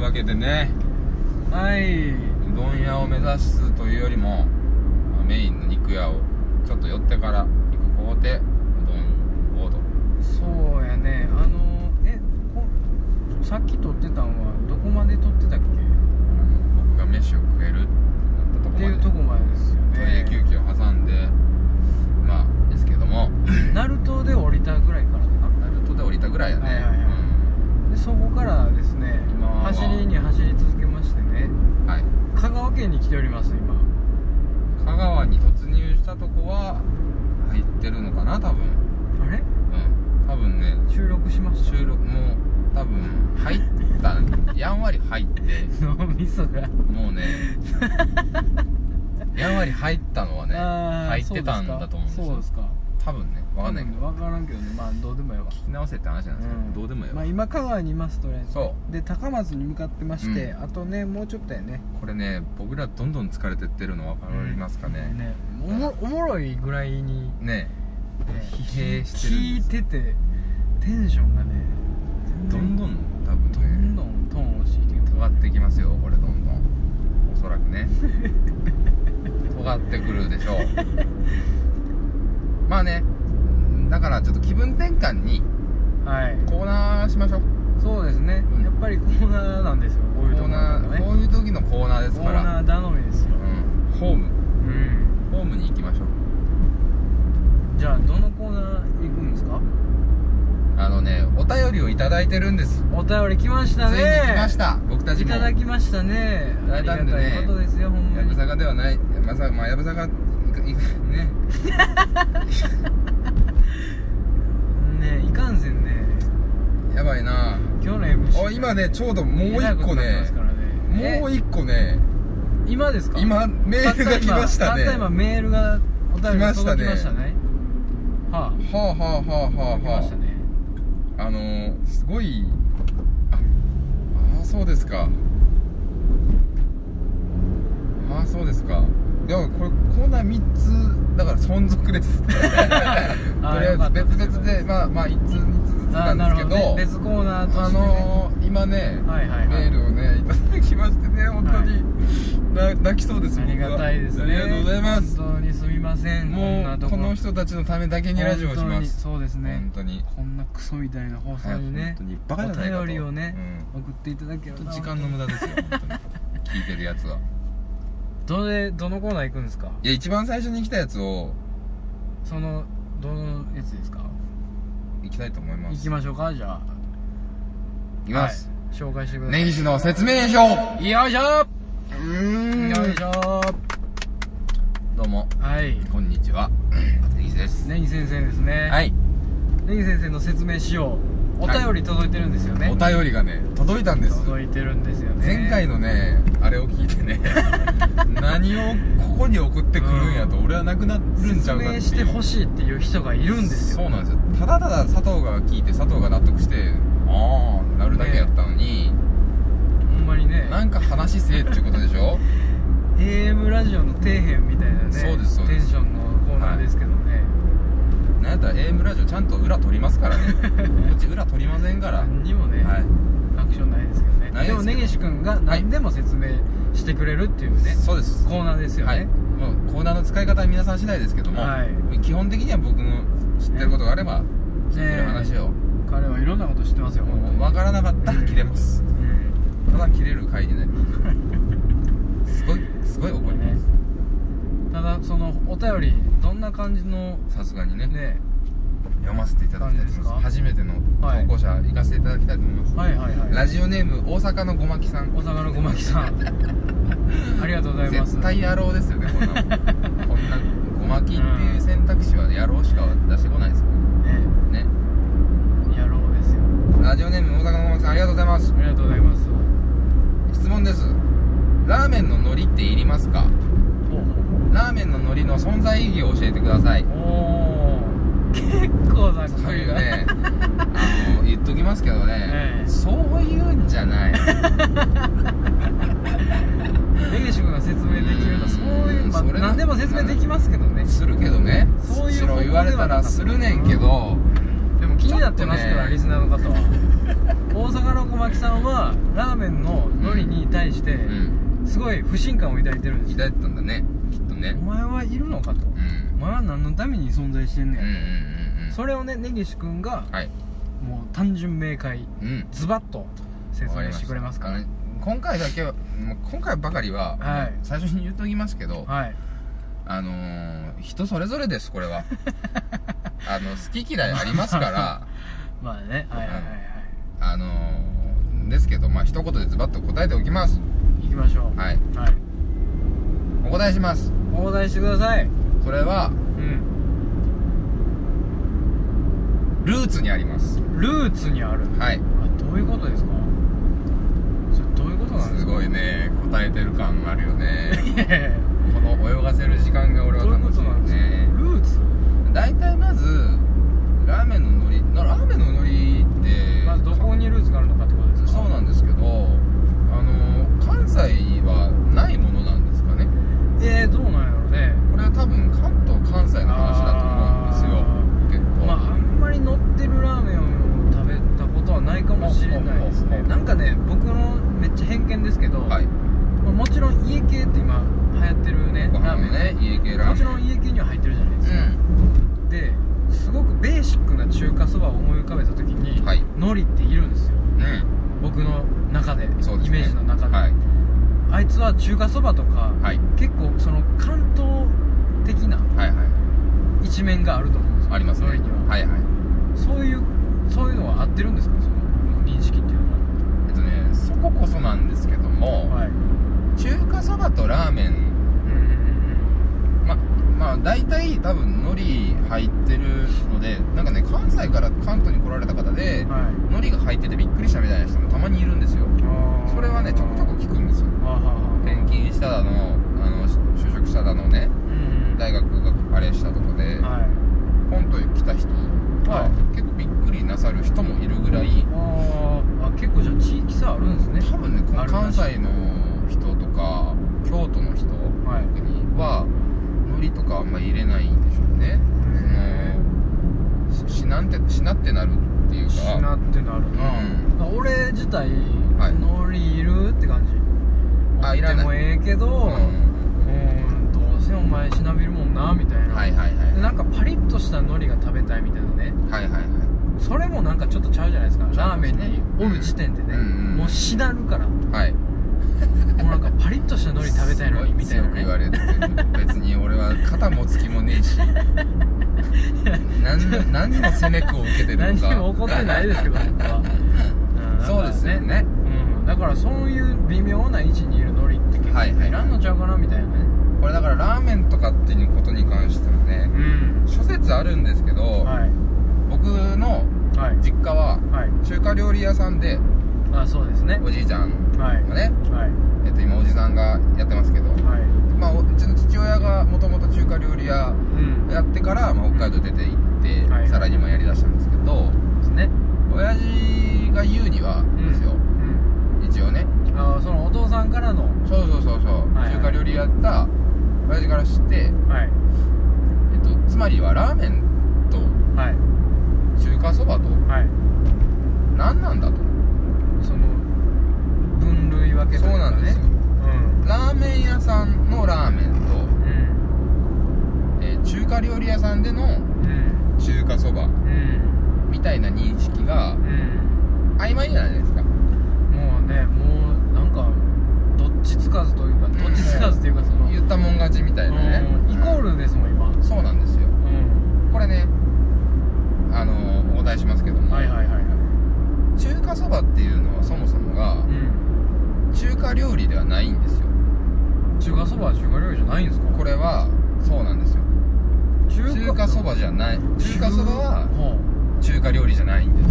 わけでね、 はい、 うどん屋を目指すというよりも、メインの肉屋をちょっと寄ってから行く工程、うどんをと。 そうやね。さっき撮ってたんはどこまで撮ってたっけ？ 僕が飯を食えるっていうとこまでですよね。 トイレ休憩を挟んで、まあですけども鳴門で降りたぐらいからかな。 鳴門で降りたぐらいやね、 はいはいはい、でそこからですね、走りに走り続けましてね、 はい、 香川県に来ております。今香川に突入したとこは入ってるのかな、多分。 あれ？ 多分ね、 収録しました。 収録もう多分入ったやんわり入って脳みそがもうねやんわり入ったのはね入ってたんだと思うんですよ。 そうですか。 多分ね、分かんないけど、 分からんけどね、まあどうでもよわ。 聞き直せって話なんですけど、どうでもよ。 まあ今香川にいますとりあえず。 そうで高松に向かってまして、あとねもうちょっとやね。 これね、僕らどんどん疲れてってるの分かりますかね。 ね、おもろいぐらいにね疲弊してるんです。 聞いててテンションがねどんどん多分ね、 どんどんトーン落ちてきて尖ってきますよ、これどんどん。おそらくね尖ってくるでしょうまあね、だからちょっと気分転換にコーナーしましょう。 そうですね、やっぱりコーナーなんですよ、こういうところがね。 こういう時のコーナーですから、 コーナー頼みですよ。 ホームに行きましょう。 じゃあどのコーナー行くんですか？ お便りをいただいてるんです。 お便り来ましたね。 ついに来ました。僕たちもいただきましたね。 いただいたんでね、 ありがたいことですよ、ほんまに。 やぶさかではない、やぶさかねね、いかんせんね、 やばいな。 今日の MC 今ね、ちょうどもう一個ね、もう一個ね、 今ですか？ 今メールが来ましたね。 たった今メールがお便りが届きましたね。 はあ来ましたね。すごい、そうですか。そうですか。いや、これコーナー3つだから存続ですとりあえず別々でまあ1通2通ずつなんですけど、 別コーナーとして今ねメールをねいただきましてね、本当に泣きそうです。 ありがたいですね。 ありがとうございます。 本当にすみません。 もうこの人たちのためだけにラジオをします。 そうですね、 本当にこんなクソみたいな放送にね、 バカじゃないかと、 お便りをね送っていただけると時間の無駄ですよ、本当に聞いてるやつは。 どのコーナー行くんですか？ いや、一番最初に来たやつをどのやつですか？ 行きたいと思います。 行きましょうか。じゃあ行きます、 紹介してください。 根岸の説明書。 よいしょよいしょ。 どうも、こんにちは、根岸です。 根岸先生ですね。はい、根岸先生の説明しよう。お便り届いてるんですよね。 お便りがね届いたんです。 届いてるんですよね。 前回のねあれを聞いてね何をここに送ってくるんやと、俺はなくなるんちゃうかっていう説明してほしいっていう人がいるんですよ。 そうなんですよ。ただただ佐藤が聞いて佐藤が納得してなるだけやったのに、 ほんまにね、 なんか話せえっていうことでしょ AM ラジオの底辺みたいなね、 そうですそうです、 テンションのコーナーですけどね、 なんやったら AM ラジオちゃんと裏取りますからねうち裏取りませんから。 何にもね、確証ないですけどね。でも根岸君が何でも説明してくれるっていうね、 そうです、 コーナーですよね。 もうコーナーの使い方は皆さん次第ですけども、基本的には僕の知ってることがあれば知ってる話を。 彼はいろんなこと知ってますよ。 分からなかったら切れます。ただ切れる回になりますすごい怒ります。 ただそのお便りどんな感じの、 さすがにね読ませていただきたいです。初めての投稿者行かせていただきたいと思います。ラジオネーム大阪のごまきさん。 大阪のごまきさんありがとうございます。 絶対野郎ですよね、こんなごまきっていう選択肢は野郎しか出してこないですよね。 野郎ですよ。 ラジオネーム大阪のごまきさん、ありがとうございます。 ありがとうございます。 質問です。ラーメンの海苔っていりますか？ラーメンの海苔の存在意義を教えてください。 結構ざっくりね言っときますけどね、そういうんじゃない根岸君が説明できるのはそういう、何でも説明できますけどね。 するけどね、 そういう白言われたらするねんけど、 でも気になってますから、リスナーの方は大阪の小牧さんはラーメンの海苔に対してすごい不信感を抱いてるんですよ。 抱いてたんだね、きっとね。 お前はいるのかと、お前は何のために存在してんねん、それをね根岸君が、もう単純明快、ズバッと説明してくれますから。 今回だけは、今回ばかりは、最初に言うときますけど、人それぞれです、これは。好き嫌いありますから。 まあね、 ですけど、一言でズバッと答えておきます。 いきましょう。はい。 お答えします。 お答えしてください。 それは、ルーツにあります。 ルーツにある。 はい。 どういうことですか？それどういうことなんですか？ すごいね、答えてる感あるよね。この泳がせる時間が俺は楽しいね。 ルーツ？ 大体まずラーメンの海苔ってまずどこにルーツがあるのかってことですか？ そうなんですけど、関西はないものなんですかね。 どうなんやろうね。 これは多分関西の話だと思うんですよ。結構あんまり乗ってるラーメンを食べたことはないかもしれないですね。なんかね、僕のめっちゃ偏見ですけど、もちろん家系って今流行ってるね、ラーメンね、 家系ラーメン、 もちろん家系には入ってるじゃないですか。ですごくベーシックな中華そばを思い浮かべた時に、海苔っているんですよ、僕の中で、イメージの中で。あいつは中華そばとか、結構その関東的な一面があると思うんですよ。 ありますね、 海苔には。そういうのは合ってるんですか、その認識っていうのは。 そここそなんですけども、中華そばとラーメン、大体多分海苔入ってるので、なんかね、関西から関東に来られた方で、海苔が入っててびっくりしたみたいな人もたまにいるんですよ。それはね、ちょこちょこ聞くんですよ。転勤しただの、就職しただのね、大学があれしたとこで、ポンと来た人は結構びっくりなさる人もいるぐらい。 結構じゃあ地域差あるんですね。 多分ね、関西の人とか京都の人には海苔とかあんまり入れないんでしょうね。しなってなるっていうか、 しなってなるな。俺自体海苔いるって感じ。いらない。もええけど、どうせお前しなびるもんなみたいな。なんかパリッとした海苔が食べたいみたいなね。それもなんかちょっとちゃうじゃないですか。ラーメンにおる時点でね、もうしなるから。もうなんかパリッとした海苔食べたいのにみたいなね。 強く言われて別に俺は肩もつきもねえし、何にも責めくを受けてるのか。 何にも怒ってないですけど僕は。 そうですよね。 だからそういう微妙な位置にいる海苔って結構いらんのちゃうかなみたいなね。 これだからラーメンとかっていうことに関してはね、諸説あるんですけど、僕の実家は中華料理屋さんで、 そうですね、 おじいちゃんがね、今おじさんがやってますけど、うちの父親がもともと中華料理屋やってから、北海道出て行ってさらにやりだしたんですけど、親父が言うにはですよ、一応ね、 そのお父さんからの、 そう中華料理やった親父から知って、つまりはラーメンと中華そばと何なんだと、 その分類分けというかね。 そうなんですよ。ラーメン屋さんのラーメンと、中華料理屋さんでの中華そばみたいな認識が曖昧じゃないですか。 もうなんかどっちつかずというか、その言ったもん勝ちみたいなね、 イコールですもん今。 そうなんですよ。これね、お答えしますけども、中華そばっていうのはそもそもが中華料理ではないんですよ。 中華そばは中華料理じゃないんですか？ これはそうなんですよ。中華そばじゃない。中華そばは中華料理じゃないんです。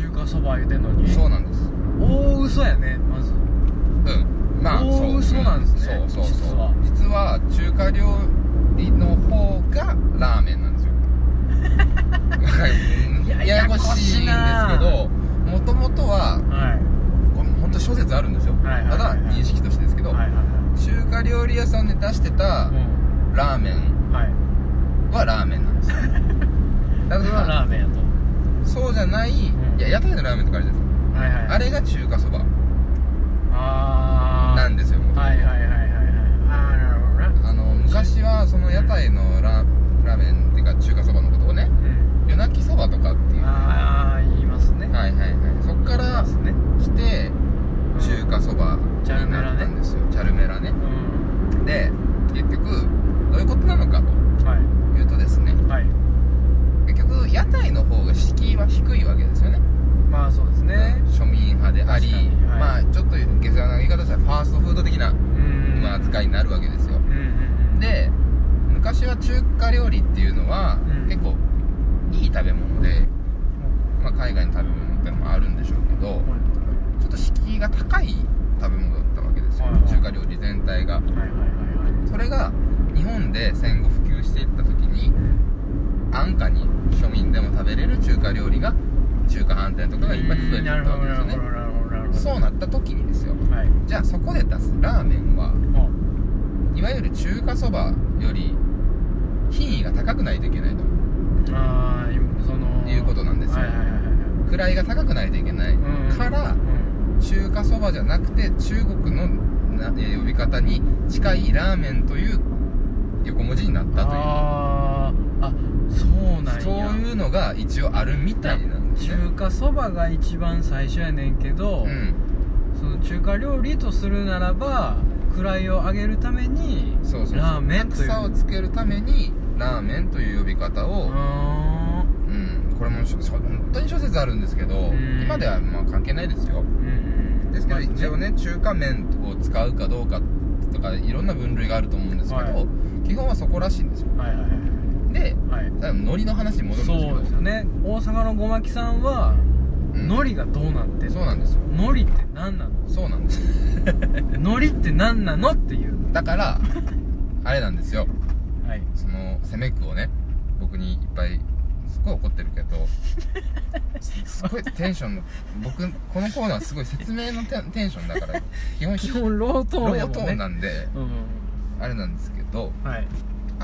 中華そば言うてんのに。 そうなんです。 大嘘やね、まず。大嘘なんですね。 そう実は中華料理の方がラーメンなんですよ。ややこしいんですけど、もともとは、これ本当諸説あるんですよ。ただ認識としてですけど、中華料理屋さんで出してたラーメンはラーメンなんですよ。だからラーメンやと。 そうそうじゃない、いや屋台のラーメンとかあるじゃないですか、はいはい、あれが中華そばなんですよ。 はいはいはいはいはい。ああ、なるほどな。 昔はその屋台のラーメンっていうか中華そばのことをね、夜泣きそばとかっていう、 言いますね。 はいはいはい。そっから来て中華そばになったんですよ。チャルメラね。で結局どういうことなのかというとですね、はい、結局屋台の方が敷居は低いわけですよね。 まあそうですね、 庶民派であり、はい、まあちょっと下世話な言い方したらファーストフード的な扱いになるわけですよ。で昔は中華料理っていうのは、結構いい食べ物で、まあ、海外の食べ物ってのもあるんでしょうけど、ちょっと敷居が高い食べ物だったわけですよ、中華料理全体が。それが日本で戦後普及していった時に、安価に庶民でも食べれる中華料理が中華飯店とかがいっぱい増えていったわけですよね。そうなった時にですよ、はい、じゃあそこで出すラーメンはいわゆる中華そばより品位が高くないといけないということなんですよ。位が高くないといけないから、中華そばじゃなくて中国の呼び方に近いラーメンという横文字になったという、 そうなんや。 そういうのが一応あるみたいなんですね。 中華そばが一番最初やねんけど、その中華料理とするならば位を上げるためにラーメンという差をつけるためにラーメンという呼び方を、これも本当に諸説あるんですけど、今ではまあ関係ないですよ。ですけど一応ね、中華麺を使うかどうかとかいろんな分類があると思うんですけど、基本はそこらしいんですよ。で、海苔の話に戻るんですけど、 そうですよね。大阪のごまきさんは海苔がどうなってんの？ そうなんですよ。 海苔って何なの？ そうなんです海苔って何なのっていう。 だからあれなんですよ、はい、その攻め句をね、僕にいっぱいすごい怒ってるけどすごいテンションの、僕このコーナーすごい説明のテンションだから基本ロートーンやもんね。 ロートーンなんで、あれなんですけど、はい、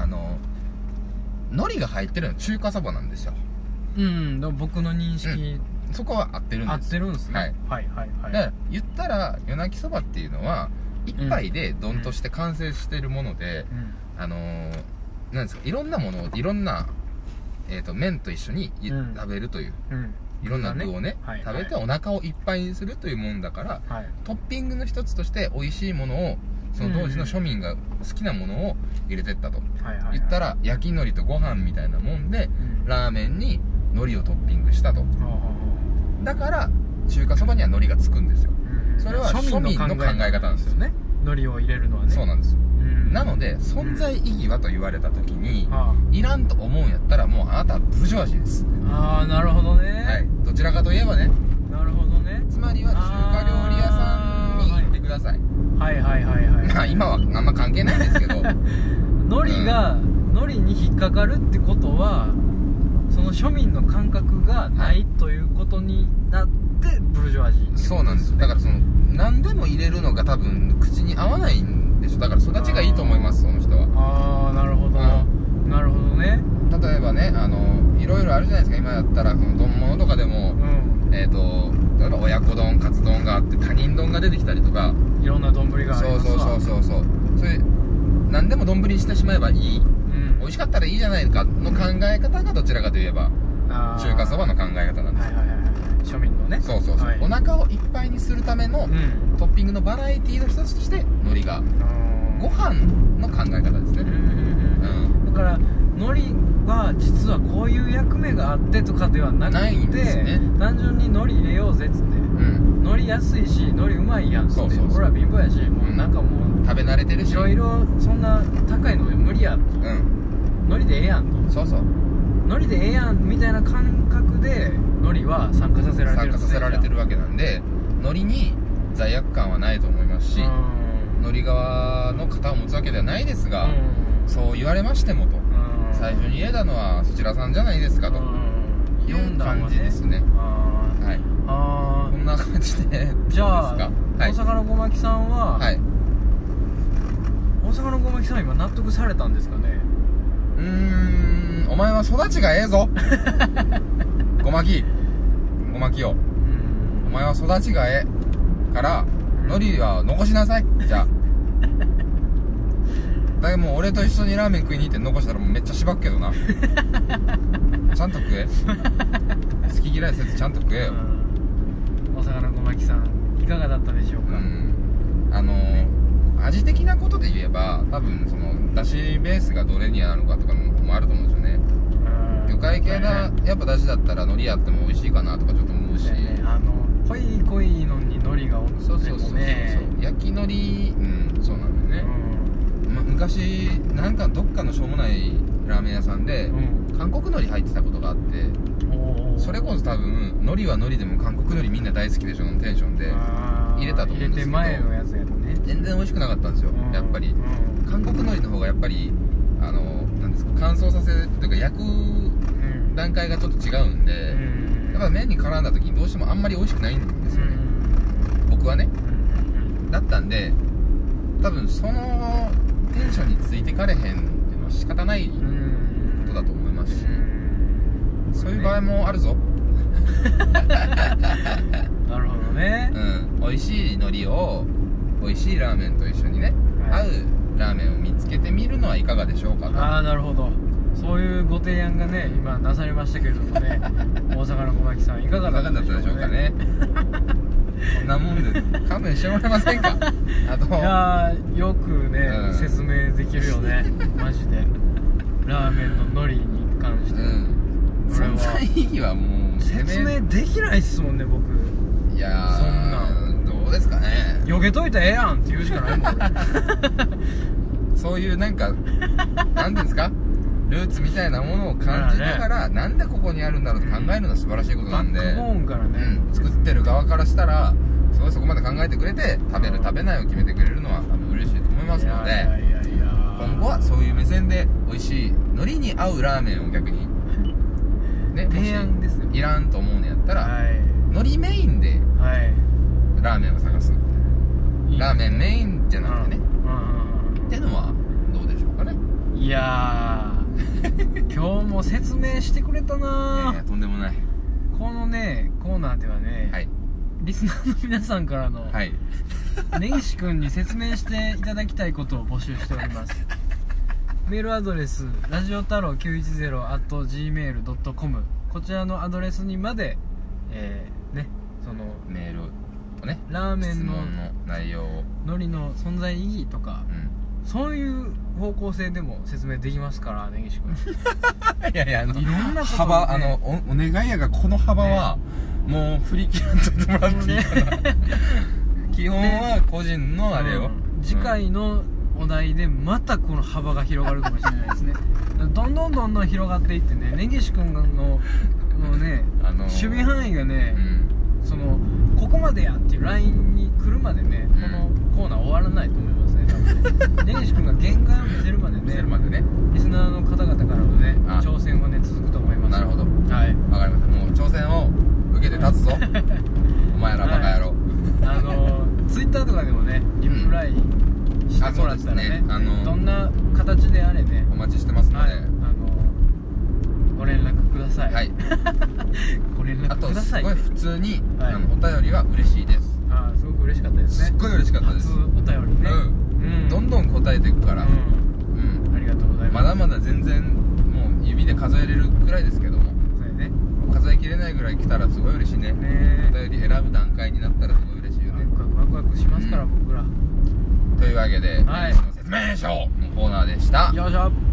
海苔が入ってるのは中華そばなんですよ。 でも僕の認識、 そこは合ってるんです。 合ってるんですね。はいはいはいはい。 だから言ったら夜泣きそばっていうのは一杯でドンとして完成してるもので、なんですか、いろんなものをいろんな麺と一緒に食べるという、いろんな具をね、食べてお腹をいっぱいにするというもんだから、トッピングの一つとして美味しいものを、その当時の庶民が好きなものを入れてったと。言ったら焼き海苔とご飯みたいなもんで、ラーメンに海苔をトッピングしたと。だから中華そばには海苔がつくんですよ。それは庶民の考え方なんですよね。 海苔を入れるのはね。 そうなんですよ。なので存在意義はと言われた時に、いらんと思うんやったらもうあなたはブルジョワジーです。 ああ、なるほどね。 はい、どちらかといえばね。 なるほどね。 つまりは中華料理屋さんに行ってください。 はいはいはいはい。 まあ今はあんま関係ないんですけど海苔に引っかかるってことは、その庶民の感覚がないということになってブルジョワジー、ね、 そうなんですよ。だからその何でも入れるのが多分口に合わないんでしょ。だから育ちがいいと思います、その人は。 ああ、なるほど、なるほどね。 例えばね、いろいろあるじゃないですか。今やったらその丼物とかでも、例えば親子丼、カツ丼があって他人丼が出てきたりとか、 いろんな丼がありますわ。 そういう何でも丼にしてしまえばいい、美味しかったらいいじゃないかの考え方がどちらかといえば中華そばの考え方なんですよ。 庶民のね。 そう、お腹をいっぱいにするためのトッピングのバラエティの一つとして海苔がご飯の考え方ですね。 だから海苔は実はこういう役目があってとかではなくて、単純に海苔入れようぜっつって、海苔安いし海苔うまいやんっつって、俺ら貧乏やし、もうなんかもう食べ慣れてるし、 いろいろそんな高いので無理やと、海苔でええやんと、海苔でええやんみたいな感覚で海苔は参加させられてるわけなんで、海苔に罪悪感はないと思いますし、海苔側の肩を持つわけではないですが、そう言われましてもと、最初に言えたのはそちらさんじゃないですかという感じですね。はい、こんな感じで。 じゃあ大阪のごまきさんは、大阪のごまきさんは今納得されたんですかね。 お前は育ちがええぞごまき。 ごまきよ、お前は育ちがええから海苔は残しなさい。じゃあだけどもう俺と一緒にラーメン食いに行って残したらもうめっちゃしばくけどなちゃんと食え好き嫌いせずちゃんと食えよ。 お魚ごまきさんいかがだったでしょうか。 味的なことで言えば多分そのだしベースがどれにあるのかとかもあると思うんですよね。魚介系なやっぱだしだったら海苔あっても美味しいかなとかちょっと思うし、 濃いのに海苔がおってもね、 そう焼き海苔、そうなんだよね、昔なんかどっかのしょうもないラーメン屋さんで、韓国海苔入ってたことがあって、それこそ多分海苔は海苔でも韓国海苔みんな大好きでしょのテンションで入れたと思うんですけど、 入れて前のやつやとね、 全然美味しくなかったんですよ、やっぱり、韓国海苔の方がやっぱりなんですか、乾燥させるというか焼く段階がちょっと違うんで、やっぱ麺に絡んだ時にどうしてもあんまり美味しくないんですよね、僕はね。だったんで多分そのテンションについてかれへんっていうのは仕方ないことだと思いますし、そういう場合もあるぞなるほどね。 美味しい海苔を美味しいラーメンと一緒にね、合うラーメンを見つけてみるのはいかがでしょうかと。 なるほど、そういうご提案がね今なされましたけれどもね大阪の小牧さんいかがだったでしょうかね。こんなもんで勘弁してもらえませんかあといやよくね、説明できるよねマジでラーメンの海苔に関して、 存在意義はもう説明できないっすもんね僕。 いやそんなんどうですかね、 よけといたらええやんって言うしかないもんそういうなんかなんですかルーツみたいなものを感じながら、なんでここにあるんだろうと考えるのは素晴らしいことなんで、 バックボーンからね、 作ってる側からしたらそこまで考えてくれて食べる食べないを決めてくれるのは多分嬉しいと思いますので、今後はそういう目線で美味しい海苔に合うラーメンを逆にね、 提案ですよ、 いらんと思うんやったら、海苔メインでラーメンを探す、ラーメンメインじゃなくてね、ってのはどうでしょうかね。 いや今日も説明してくれたな。 いやとんでもない。 このねコーナーではね、リスナーの皆さんからの、根岸くんに説明していただきたいことを募集しております。メールアドレスラジオ太郎910@gmail.com、 こちらのアドレスにまでそのメールをね、 ラーメンの質問の内容を、 海苔の存在意義とか、そういう方向性でも説明できますから根岸君いやいろんなこと、 幅お願いやがこの幅は、もう振り切らんといてもらっていいかな、基本は個人のあれを、 次回のお題でまたこの幅が広がるかもしれないですねどんどん広がっていってね、根岸君のね、守備範囲がね、ここまでやっていうラインに来るまでね、このコーナー終わらないと思いますね多分ね根岸君が限界を見せるまでね、リスナーの方々からのね挑戦はね続くと思います。 なるほど、わかりました。もう挑戦を受けて立つぞお前らバカ野郎。 ツイッターとかでもねリプライしてもらったらね、どんな形であれねお待ちしてますので、 ご連絡ください。ご連絡ください。 あとすごい普通にお便りは嬉しいです。 すごく嬉しかったですね。 すっごい嬉しかったです。 初お便りね、 どんどん答えていくから、 ありがとうございます。 まだまだ全然もう指で数えれるくらいですけども、数えきれないぐらい来たらすごい嬉しいね。お便り選ぶ段階になったらすごい嬉しいよね。 ワクワクしますから僕ら。 というわけで、説明書のコーナーでした。 よいしょ。